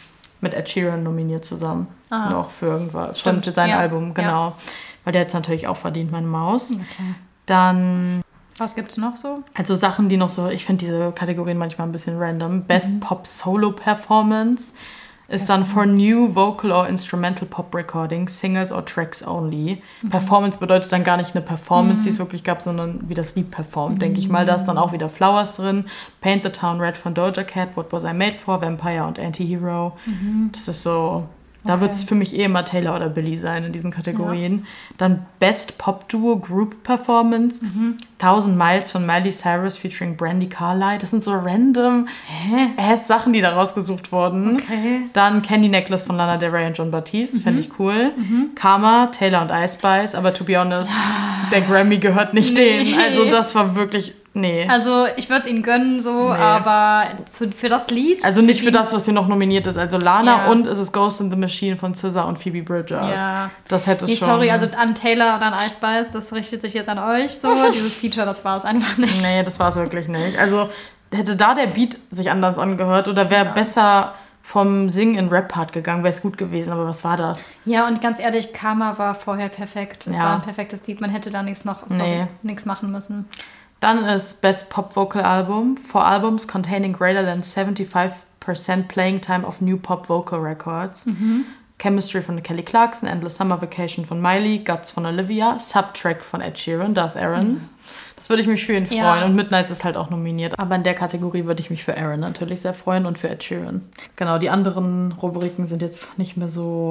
Ed Sheeran nominiert zusammen. Noch für irgendwas. Stimmt, für sein Album, genau. Ja. Weil der hat es natürlich auch verdient, meine Maus. Okay. Dann... Was gibt's noch so? Also Sachen, die noch so, ich finde diese Kategorien manchmal ein bisschen random. Best Pop Solo Performance ist dann for new vocal or instrumental pop recordings, singles or tracks only. Performance bedeutet dann gar nicht eine Performance, die es wirklich gab, sondern wie das Lied performt, denke ich mal. Da ist dann auch wieder Flowers drin. Paint the Town Red von Doja Cat, What Was I Made For, Vampire und Anti-Hero. Das ist so... Da wird es für mich immer Taylor oder Billie sein in diesen Kategorien. Ja. Dann Best Pop Duo Group Performance. 1000 Miles von Miley Cyrus featuring Brandi Carlile. Das sind so random Sachen, die da rausgesucht wurden. Okay. Dann Candy Necklace von Lana Del Rey und Jon Batiste. Fände ich cool. Karma, Taylor und Ice Spice. Aber to be honest, der Grammy gehört nicht denen. Also das war wirklich... Nee. Also ich würde es ihnen gönnen so, aber für das Lied... Also nicht für das, was hier noch nominiert ist. Also Lana und es ist Ghost in the Machine von SZA und Phoebe Bridgers. Ja. Das hätte es schon... Sorry, also an Taylor und an Ice Spice, das richtet sich jetzt an euch so. Dieses Feature, das war es einfach nicht. Nee, das war es wirklich nicht. Also hätte da der Beat sich anders angehört oder wäre besser... vom Singen in Rap-Part gegangen, wäre es gut gewesen, aber was war das? Ja, und ganz ehrlich, Karma war vorher perfekt. Es war ein perfektes Lied, man hätte da nichts machen müssen. Dann ist Best Pop Vocal Album for albums containing greater than 75% playing time of new pop vocal records. Chemistry von Kelly Clarkson, Endless Summer Vacation von Miley, Guts von Olivia, Subtrack von Ed Sheeran, da ist Aaron. Das würde ich mich für ihn freuen. Und Midnights ist halt auch nominiert. Aber in der Kategorie würde ich mich für Aaron natürlich sehr freuen und für Ed Sheeran. Genau, die anderen Rubriken sind jetzt nicht mehr so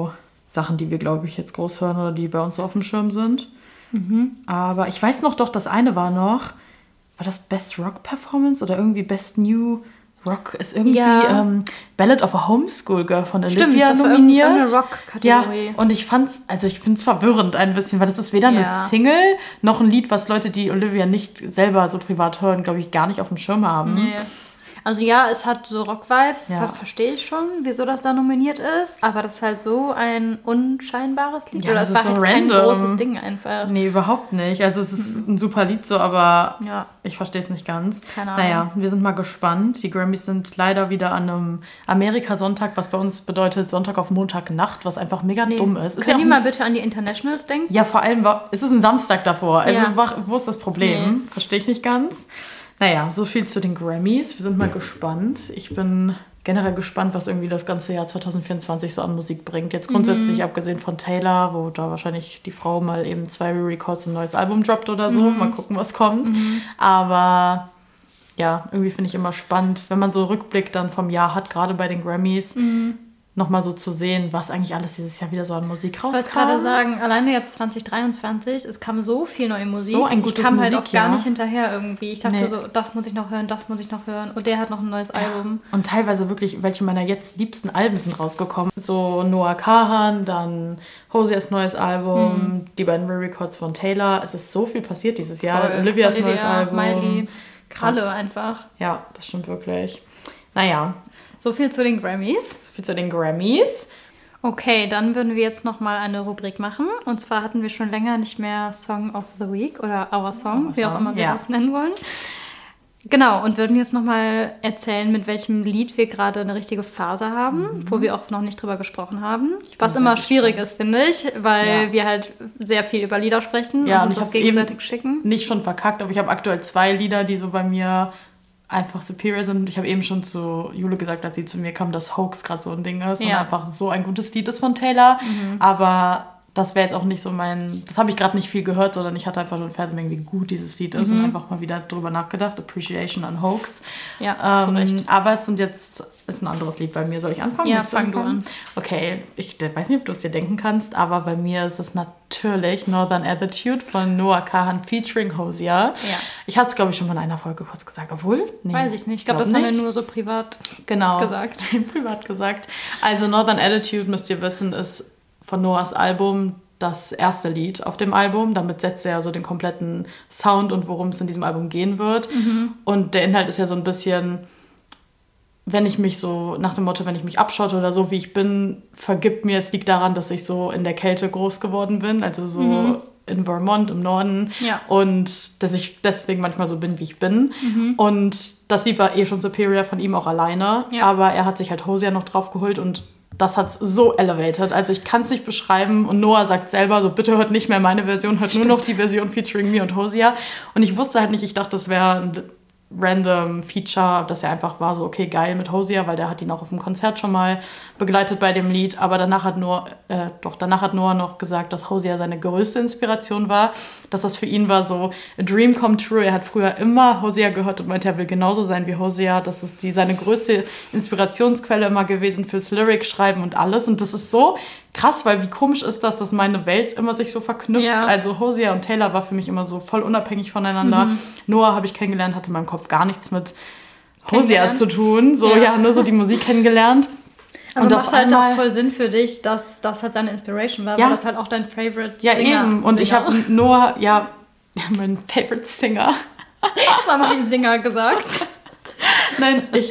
Sachen, die wir, glaube ich, jetzt groß hören oder die bei uns so auf dem Schirm sind. Aber ich weiß noch, doch, das eine war das Best Rock Performance oder irgendwie Best New Rock ist irgendwie Ballad of a Homeschool Girl von Olivia das nominiert. War eine Rock-Kategorie. Ja, und ich finde es verwirrend ein bisschen, weil das ist weder eine Single noch ein Lied, was Leute, die Olivia nicht selber so privat hören, glaube ich, gar nicht auf dem Schirm haben. Nee. Also ja, es hat so Rock-Vibes, verstehe ich schon, wieso das da nominiert ist, aber das ist halt so ein unscheinbares Lied. Ja, oder das es war ist so halt kein random. großes Ding einfach. Nee, überhaupt nicht. Also es ist ein super Lied so, aber ich verstehe es nicht ganz. Keine Ahnung. Naja, wir sind mal gespannt. Die Grammys sind leider wieder an einem Amerika-Sonntag, was bei uns bedeutet Sonntag auf Montagnacht, was einfach mega dumm ist. Können die mal bitte an die Internationals denken? Ja, vor allem, es ist ein Samstag davor. Also wo ist das Problem? Nee. Verstehe ich nicht ganz. Naja, so viel zu den Grammys. Wir sind mal gespannt. Ich bin generell gespannt, was irgendwie das ganze Jahr 2024 so an Musik bringt. Jetzt grundsätzlich, abgesehen von Taylor, wo da wahrscheinlich die Frau mal eben 2 Re-Records und ein neues Album droppt oder so. Mal gucken, was kommt. Aber ja, irgendwie finde ich immer spannend, wenn man so Rückblick dann vom Jahr hat, gerade bei den Grammys, nochmal so zu sehen, was eigentlich alles dieses Jahr wieder so an Musik rauskam. Ich wollte gerade sagen, alleine jetzt 2023, es kam so viel neue Musik. So ein gutes ich kam Musik, halt auch gar nicht hinterher irgendwie. Ich dachte so, das muss ich noch hören, das muss ich noch hören. Und der hat noch ein neues Album. Und teilweise wirklich, welche meiner jetzt liebsten Alben sind rausgekommen. So Noah Kahan, dann Hoziers neues Album, die beiden Re-Records von Taylor. Es ist so viel passiert dieses Jahr. Olivias neues Album. Miley, krass. Alle einfach. Ja, das stimmt wirklich. Naja. So viel zu den Grammys. Okay, dann würden wir jetzt nochmal eine Rubrik machen. Und zwar hatten wir schon länger nicht mehr Song of the Week oder Our Song, wie auch immer wir das nennen wollen. Genau, und würden jetzt nochmal erzählen, mit welchem Lied wir gerade eine richtige Phase haben, wo wir auch noch nicht drüber gesprochen haben. Was immer schwierig ist, finde ich, weil wir halt sehr viel über Lieder sprechen und uns das gegenseitig schicken. Nicht schon verkackt, aber ich habe aktuell 2 Lieder, die so bei mir einfach superior sind. Ich habe eben schon zu Jule gesagt, als sie zu mir kam, dass Hoax gerade so ein Ding ist und einfach so ein gutes Lied ist von Taylor. Aber das wäre jetzt auch nicht so das habe ich gerade nicht viel gehört, sondern ich hatte einfach nur ein Fathoming, wie gut dieses Lied ist und einfach mal wieder drüber nachgedacht. Appreciation an Hoax. Ja, zu Recht. Aber es ist ein anderes Lied bei mir. Soll ich anfangen? Ja, fang du an. Okay, ich weiß nicht, ob du es dir denken kannst, aber bei mir ist es natürlich Northern Attitude von Noah Kahan featuring Hozier. Ja. Ich hatte es, glaube ich, schon mal in einer Folge kurz gesagt, obwohl? Nee, weiß ich nicht. Ich glaube, das haben wir nur so privat gesagt. Privat gesagt. Also Northern Attitude, müsst ihr wissen, ist von Noahs Album das erste Lied auf dem Album. Damit setzt er ja so den kompletten Sound und worum es in diesem Album gehen wird. Und der Inhalt ist ja so ein bisschen, wenn ich mich so, nach dem Motto, wenn ich mich abschotte oder so, wie ich bin, vergib mir, es liegt daran, dass ich so in der Kälte groß geworden bin, also so in Vermont im Norden und dass ich deswegen manchmal so bin, wie ich bin. Und das Lied war schon superior von ihm auch alleine, aber er hat sich halt Hozier noch drauf geholt und das hat's so elevated. Also ich kann es nicht beschreiben und Noah sagt selber so, bitte hört nicht mehr meine Version, hört nur noch die Version featuring mir und Hozier. Und ich wusste halt nicht, ich dachte, das wäre ein random Feature, dass er einfach war so, okay, geil mit Hozier, weil der hat ihn auch auf dem Konzert schon mal begleitet bei dem Lied, aber danach hat Noah noch gesagt, dass Hozier seine größte Inspiration war, dass das für ihn war so a dream come true. Er hat früher immer Hozier gehört und meinte, er will genauso sein wie Hozier. Das ist seine größte Inspirationsquelle immer gewesen fürs Lyric-Schreiben und alles und das ist so krass, weil wie komisch ist das, dass meine Welt immer sich so verknüpft. Ja. Also Hozier und Taylor war für mich immer so voll unabhängig voneinander. Noah habe ich kennengelernt, hatte in meinem Kopf gar nichts mit Hozier zu tun. So, so die Musik kennengelernt. Aber und macht halt auch voll Sinn für dich, dass das halt seine Inspiration war, weil das halt auch dein Favorite Singer ist. Ja, eben. Und ich habe Noah, mein Favorite Singer. Das habe ich Singer gesagt. Nein, ich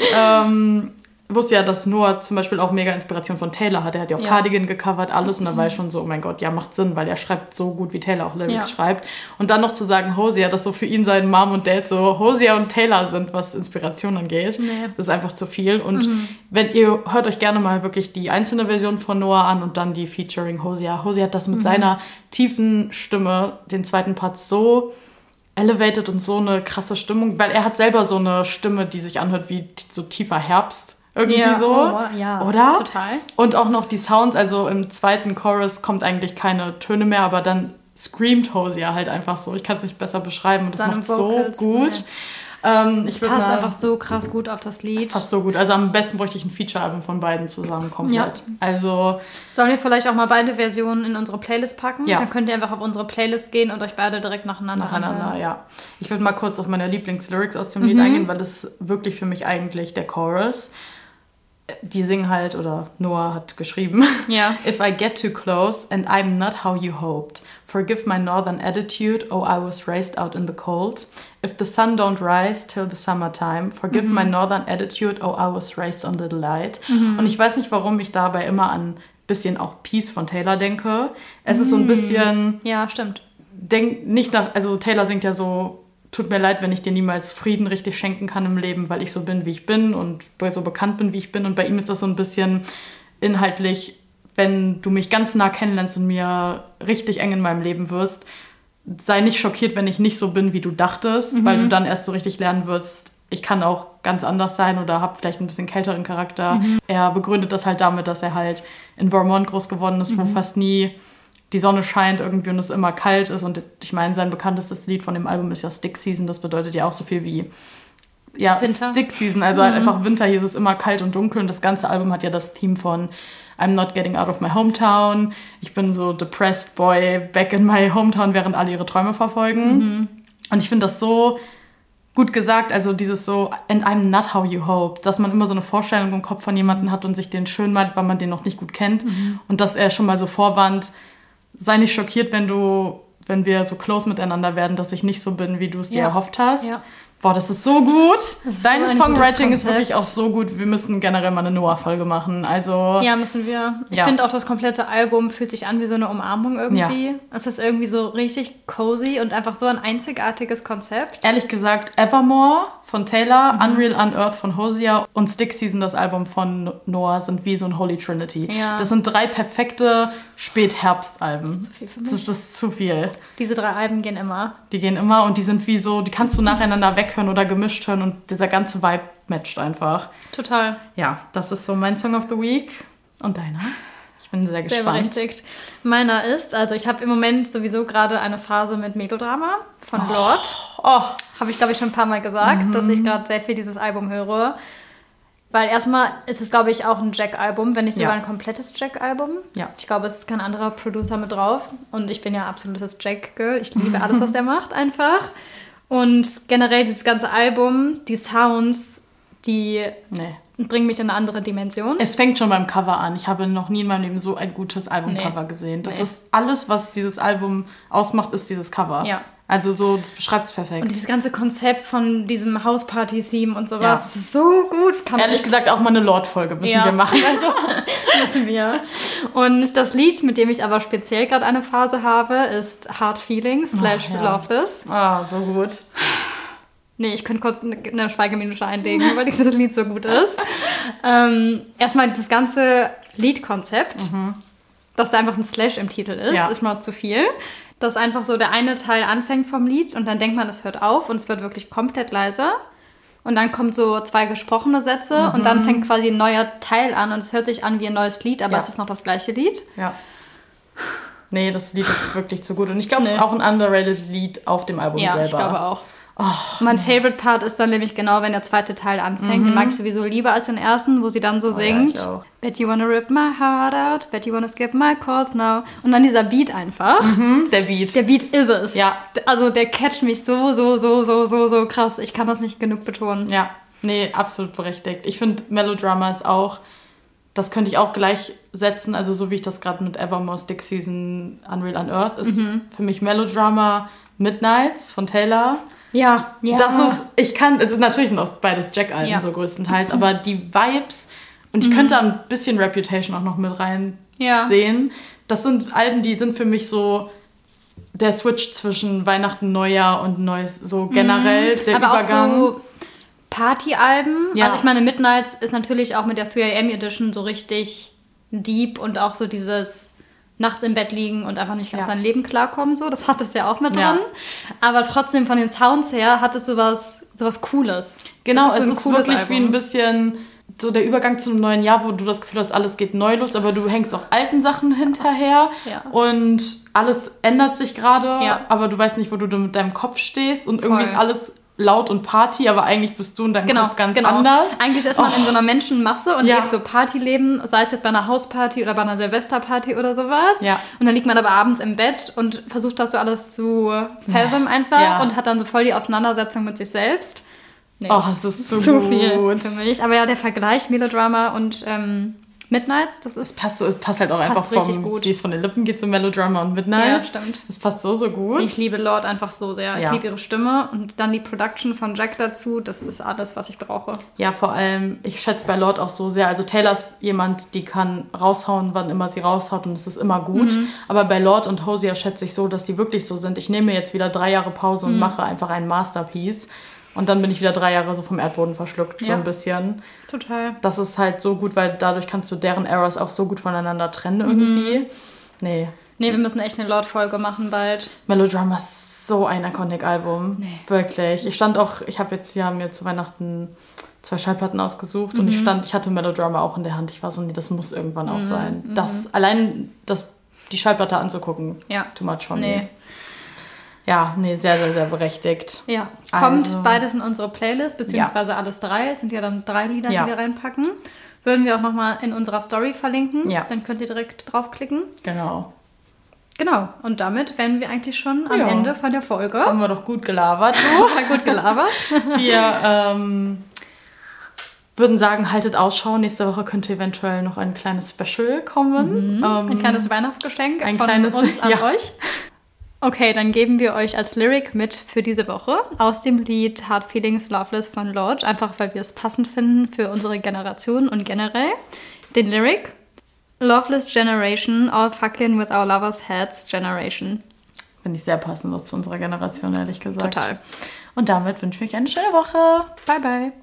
wusste ja, dass Noah zum Beispiel auch mega Inspiration von Taylor hat. Er hat ja auch Cardigan gecovert, alles. Und da war ich schon so, oh mein Gott, macht Sinn, weil er schreibt so gut, wie Taylor auch Lyrics schreibt. Und dann noch zu sagen, Hozier, dass so für ihn sein Mom und Dad so Hozier und Taylor sind, was Inspiration angeht. Nee. Das ist einfach zu viel. Und hört euch gerne mal wirklich die einzelne Version von Noah an und dann die featuring Hozier. Hozier hat das mit seiner tiefen Stimme, den zweiten Part so elevated und so eine krasse Stimmung, weil er hat selber so eine Stimme, die sich anhört wie so tiefer Herbst. Irgendwie so, oder? Total. Und auch noch die Sounds, also im zweiten Chorus kommt eigentlich keine Töne mehr, aber dann screamt Hozier halt einfach so. Ich kann es nicht besser beschreiben und das macht so gut. Passt einfach so krass gut auf das Lied. Das passt so gut. Also am besten bräuchte ich ein Feature-Album von beiden zusammen komplett. Ja. Also sollen wir vielleicht auch mal beide Versionen in unsere Playlist packen? Ja. Dann könnt ihr einfach auf unsere Playlist gehen und euch beide direkt nacheinander anhören. Ja. Ich würde mal kurz auf meine Lieblingslyrics aus dem Lied eingehen, weil das ist wirklich für mich eigentlich der Chorus. Die singen halt, oder Noah hat geschrieben, If I get too close and I'm not how you hoped, forgive my northern attitude, oh I was raised out in the cold. If the sun don't rise till the summertime, forgive my northern attitude, oh I was raised on little light. Und ich weiß nicht, warum ich dabei immer an ein bisschen auch Peace von Taylor denke. Es ist so ein bisschen... Ja, stimmt. Also Taylor singt ja so... Tut mir leid, wenn ich dir niemals Frieden richtig schenken kann im Leben, weil ich so bin, wie ich bin und so bekannt bin, wie ich bin. Und bei ihm ist das so ein bisschen inhaltlich, wenn du mich ganz nah kennenlernst und mir richtig eng in meinem Leben wirst, sei nicht schockiert, wenn ich nicht so bin, wie du dachtest, weil du dann erst so richtig lernen wirst, ich kann auch ganz anders sein oder habe vielleicht ein bisschen kälteren Charakter. Er begründet das halt damit, dass er halt in Vermont groß geworden ist, wo fast nie die Sonne scheint irgendwie und es immer kalt ist. Und ich meine, sein bekanntestes Lied von dem Album ist ja Stick Season. Das bedeutet ja auch so viel wie Winter. Stick Season. Also halt einfach Winter. Hier ist es immer kalt und dunkel. Und das ganze Album hat ja das Theme von I'm not getting out of my hometown. Ich bin so depressed boy back in my hometown, während alle ihre Träume verfolgen. Und ich finde das so gut gesagt. Also dieses so and I'm not how you hoped. Dass man immer so eine Vorstellung im Kopf von jemandem hat und sich den schön malt, weil man den noch nicht gut kennt. Und dass er schon mal so vorwarnt, sei nicht schockiert, wenn wir so close miteinander werden, dass ich nicht so bin, wie du es dir erhofft hast. Ja. Boah, das ist so gut. Dein so Songwriting ist wirklich auch so gut. Wir müssen generell mal eine Noah-Folge machen. Also, ja, müssen wir. Ich finde auch, das komplette Album fühlt sich an wie so eine Umarmung irgendwie. Ja. Es ist irgendwie so richtig cozy und einfach so ein einzigartiges Konzept. Ehrlich gesagt, Evermore von Taylor, Unreal Unearthed von Hosea und Stick Season, das Album von Noah, sind wie so ein Holy Trinity. Ja. Das sind 3 perfekte Spätherbstalben. Das ist zu viel für mich. Das ist zu viel. Diese 3 Alben gehen immer. Die gehen immer und die sind wie so, die kannst du nacheinander weghören oder gemischt hören und dieser ganze Vibe matcht einfach. Total. Ja, das ist so mein Song of the Week. Und deiner? Ich bin sehr gespannt. Sehr berechtigt. Meiner ist, also ich habe im Moment sowieso gerade eine Phase mit Melodrama von Lorde. Habe ich, glaube ich, schon ein paar Mal gesagt, dass ich gerade sehr viel dieses Album höre. Weil erstmal ist es, glaube ich, auch ein Jack-Album, wenn nicht sogar ein komplettes Jack-Album. Ja. Ich glaube, es ist kein anderer Producer mit drauf. Und ich bin ja absolutes Jack-Girl. Ich liebe alles, was der macht, einfach. Und generell dieses ganze Album, die Sounds, die bringen mich in eine andere Dimension. Es fängt schon beim Cover an. Ich habe noch nie in meinem Leben so ein gutes Albumcover gesehen. Das ist alles, was dieses Album ausmacht, ist dieses Cover. Ja. Also so, das beschreibt es perfekt. Und dieses ganze Konzept von diesem House-Party-Theme und sowas, das ist so gut. Ehrlich gesagt, auch mal eine Lorde-Folge müssen wir machen. Also müssen wir. Und das Lied, mit dem ich aber speziell gerade eine Phase habe, ist Hard Feelings / Loveless. Ah, so gut. Nee, ich könnte kurz eine Schweigeminute einlegen, weil dieses Lied so gut ist. Erstmal dieses ganze Liedkonzept, dass da einfach ein Slash im Titel ist mal zu viel. Dass einfach so der eine Teil anfängt vom Lied und dann denkt man, es hört auf und es wird wirklich komplett leise. Und dann kommt so 2 gesprochene Sätze und dann fängt quasi ein neuer Teil an und es hört sich an wie ein neues Lied, aber es ist noch das gleiche Lied. Ja. Nee, das Lied ist wirklich zu gut. Und ich glaube auch ein underrated Lied auf dem Album selber. Ja, ich glaube auch. Mein Favorite Part ist dann nämlich genau, wenn der zweite Teil anfängt. Den mag ich sowieso lieber als den ersten, wo sie dann so singt. Ja, ich auch. Bet you wanna rip my heart out, bet you wanna skip my calls now. Und dann dieser Beat einfach. Der Beat. Der Beat ist es. Ja. Also der catcht mich so krass. Ich kann das nicht genug betonen. Ja, nee, absolut berechtigt. Ich finde, Melodrama ist auch, das könnte ich auch gleichsetzen, also so wie ich das gerade mit Evermore, Stick Season, Unreal Unearthed ist für mich Melodrama Midnights von Taylor. Ja. Das ist, es ist natürlich sind auch beides Jack-Alben so größtenteils, aber die Vibes, und ich könnte ein bisschen Reputation auch noch mit rein sehen. Das sind Alben, die sind für mich so der Switch zwischen Weihnachten, Neujahr und Neues, so generell der aber Übergang. Auch so Party-Alben. Ja. Also ich meine, Midnights ist natürlich auch mit der 3am Edition so richtig deep und auch so dieses nachts im Bett liegen und einfach nicht auf sein Leben klarkommen. So. Das hat es ja auch mit drin. Aber trotzdem von den Sounds her hat es sowas Cooles. Genau, es ist wirklich Album. Wie ein bisschen so der Übergang zu einem neuen Jahr, wo du das Gefühl hast, alles geht neu los, aber du hängst auch alten Sachen hinterher und alles ändert sich gerade, aber du weißt nicht, wo du mit deinem Kopf stehst und irgendwie ist alles laut und Party, aber eigentlich bist du in deinem Kopf ganz anders. Eigentlich ist man in so einer Menschenmasse und lebt so Partyleben, sei es jetzt bei einer Hausparty oder bei einer Silvesterparty oder sowas. Ja. Und dann liegt man aber abends im Bett und versucht das so alles zu fathomen einfach und hat dann so voll die Auseinandersetzung mit sich selbst. Nee, das ist so gut. Viel für mich. Aber ja, der Vergleich Melodrama und Midnights, das ist... Passt halt auch einfach wie es von den Lippen geht, so Melodrama und Midnights. Ja, stimmt. Das passt so gut. Ich liebe Lorde einfach so sehr. Ich liebe ihre Stimme und dann die Production von Jack dazu. Das ist alles, was ich brauche. Ja, vor allem, ich schätze bei Lorde auch so sehr. Also Taylor ist jemand, die kann raushauen, wann immer sie raushaut und es ist immer gut. Aber bei Lorde und Hosea schätze ich so, dass die wirklich so sind. Ich nehme jetzt wieder 3 Jahre Pause und mache einfach ein Masterpiece. Und dann bin ich wieder 3 Jahre so vom Erdboden verschluckt, so ein bisschen. Total. Das ist halt so gut, weil dadurch kannst du deren Eras auch so gut voneinander trennen irgendwie. Nee, wir müssen echt eine Lorde-Folge machen bald. Melodrama ist so ein Iconic-Album. Nee. Wirklich. Ich habe jetzt mir zu Weihnachten 2 Schallplatten ausgesucht und ich hatte Melodrama auch in der Hand. Ich war so, das muss irgendwann auch sein. Die Schallplatte anzugucken, too much for me. Ja, sehr, sehr, sehr berechtigt. Ja, kommt beides in unsere Playlist, beziehungsweise alles 3. Es sind ja dann 3 Lieder, die wir reinpacken. Würden wir auch nochmal in unserer Story verlinken. Ja. Dann könnt ihr direkt draufklicken. Genau. Und damit wären wir eigentlich schon am Ende von der Folge. Haben wir doch gut gelabert. Wir würden sagen, haltet Ausschau. Nächste Woche könnte eventuell noch ein kleines Special kommen. Ein kleines Weihnachtsgeschenk von uns an euch. Okay, dann geben wir euch als Lyric mit für diese Woche aus dem Lied Hard Feelings Loveless von Lorde, einfach weil wir es passend finden für unsere Generation und generell. Den Lyric: Loveless generation, all fucking with our lovers' heads generation. Finde ich sehr passend auch zu unserer Generation, ehrlich gesagt. Total. Und damit wünsche ich euch eine schöne Woche. Bye, bye.